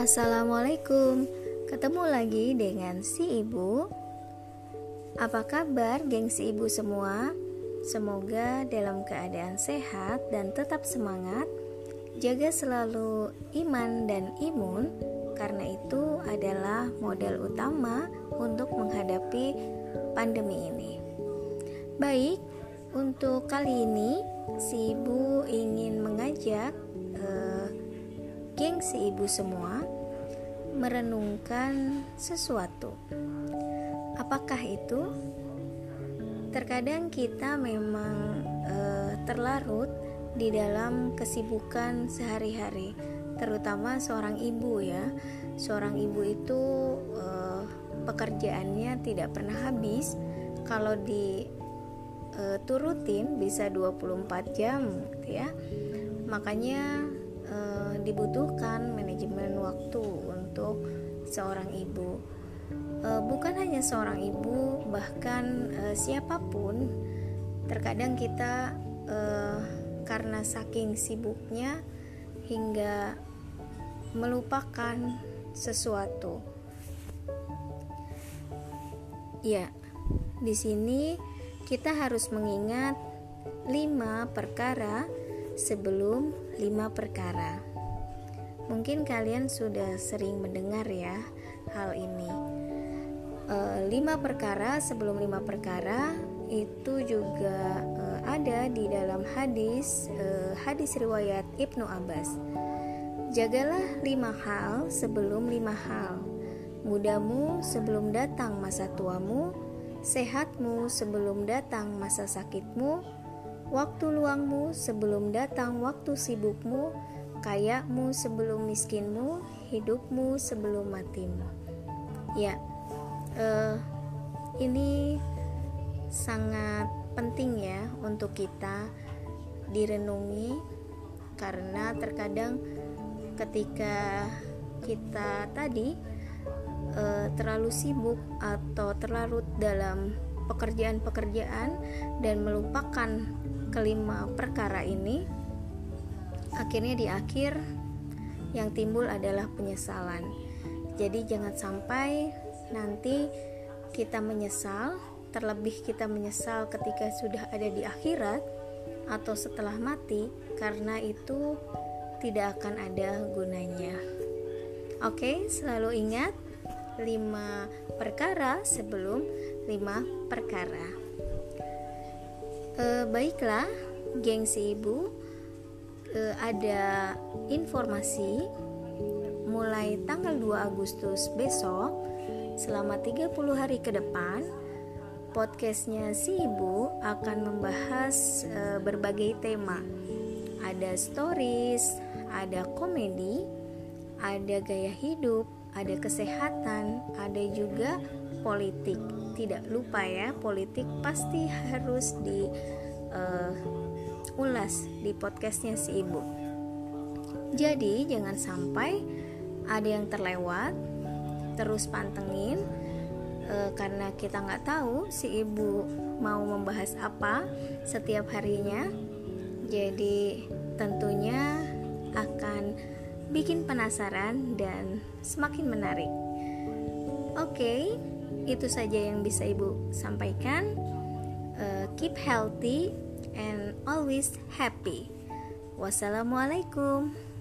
Assalamualaikum, ketemu lagi dengan si ibu. Apa kabar gengsi ibu semua? Semoga dalam keadaan sehat dan tetap semangat. Jaga selalu iman dan imun, karena itu adalah modal utama untuk menghadapi pandemi ini. Baik, untuk kali ini si ibu ingin mengajak gengsi ibu semua merenungkan sesuatu. Apakah itu? Terkadang kita memang terlarut di dalam kesibukan sehari-hari, terutama seorang ibu ya. Seorang ibu itu pekerjaannya tidak pernah habis. Kalau diturutin bisa 24 jam gitu ya. Makanya dibutuhkan manajemen waktu untuk seorang ibu. Bukan hanya seorang ibu, bahkan siapapun. Terkadang kita karena saking sibuknya hingga melupakan sesuatu. Ya, di sini kita harus mengingat 5 perkara sebelum 5 perkara. Mungkin kalian sudah sering mendengar ya hal ini. 5 perkara sebelum 5 perkara itu juga ada di dalam hadis riwayat Ibnu Abbas. Jagalah 5 hal sebelum 5 hal. Mudamu sebelum datang masa tuamu, sehatmu sebelum datang masa sakitmu, waktu luangmu sebelum datang waktu sibukmu, kayamu sebelum miskinmu, hidupmu sebelum matimu. Ya, ini sangat penting ya untuk kita direnungi, karena terkadang ketika kita tadi terlalu sibuk atau terlarut dalam pekerjaan-pekerjaan dan melupakan kelima perkara ini, akhirnya di akhir yang timbul adalah penyesalan. Jadi jangan sampai nanti kita menyesal, terlebih kita menyesal ketika sudah ada di akhirat atau setelah mati, karena itu tidak akan ada gunanya. Oke, selalu ingat 5 perkara sebelum 5 perkara. Baiklah, gengsi ibu, ada informasi mulai tanggal 2 Agustus besok selama 30 hari ke depan, podcastnya si ibu akan membahas berbagai tema. Ada stories, ada komedi, ada gaya hidup, ada kesehatan, ada juga politik. Tidak lupa ya, politik pasti harus diulas di podcastnya si ibu. Jadi jangan sampai ada yang terlewat. Terus pantengin, karena kita nggak tahu si ibu mau membahas apa setiap harinya. Jadi tentunya akan bikin penasaran dan semakin menarik. Oke, itu saja yang bisa ibu sampaikan. Keep healthy and always happy. Wassalamualaikum.